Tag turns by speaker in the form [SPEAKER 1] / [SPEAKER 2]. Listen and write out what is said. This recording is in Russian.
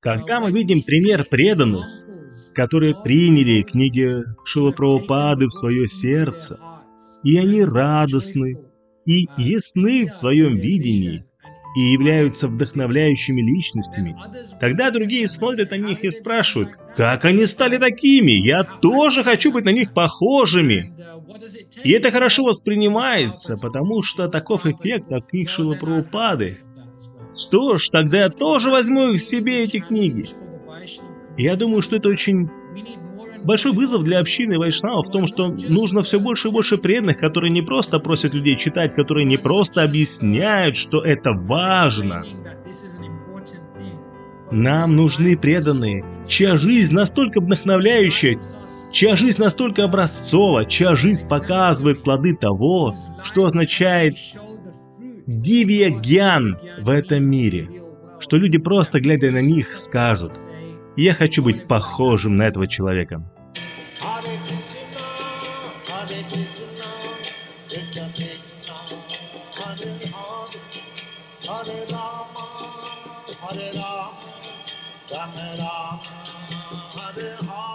[SPEAKER 1] Когда мы видим пример преданных, которые приняли книги Шрилы Прабхупады в свое сердце, и они радостны и ясны в своем видении, и являются вдохновляющими личностями, тогда другие смотрят на них и спрашивают, как они стали такими? Я тоже хочу быть на них похожими. И это хорошо воспринимается, потому что таков эффект от книг Шрилы Прабхупады. Что ж, тогда я тоже возьму их себе, эти книги. И я думаю, что это очень большой вызов для общины вайшнавов в том, что нужно все больше и больше преданных, которые не просто просят людей читать, которые не просто объясняют, что это важно. Нам нужны преданные, чья жизнь настолько вдохновляющая, чья жизнь настолько образцова, чья жизнь показывает плоды того, что означает дивья гьян в этом мире, что люди просто, глядя на них, скажут: «Я хочу быть похожим на этого человека».
[SPEAKER 2] Hare Rama, Rama Rama, Hare Hare.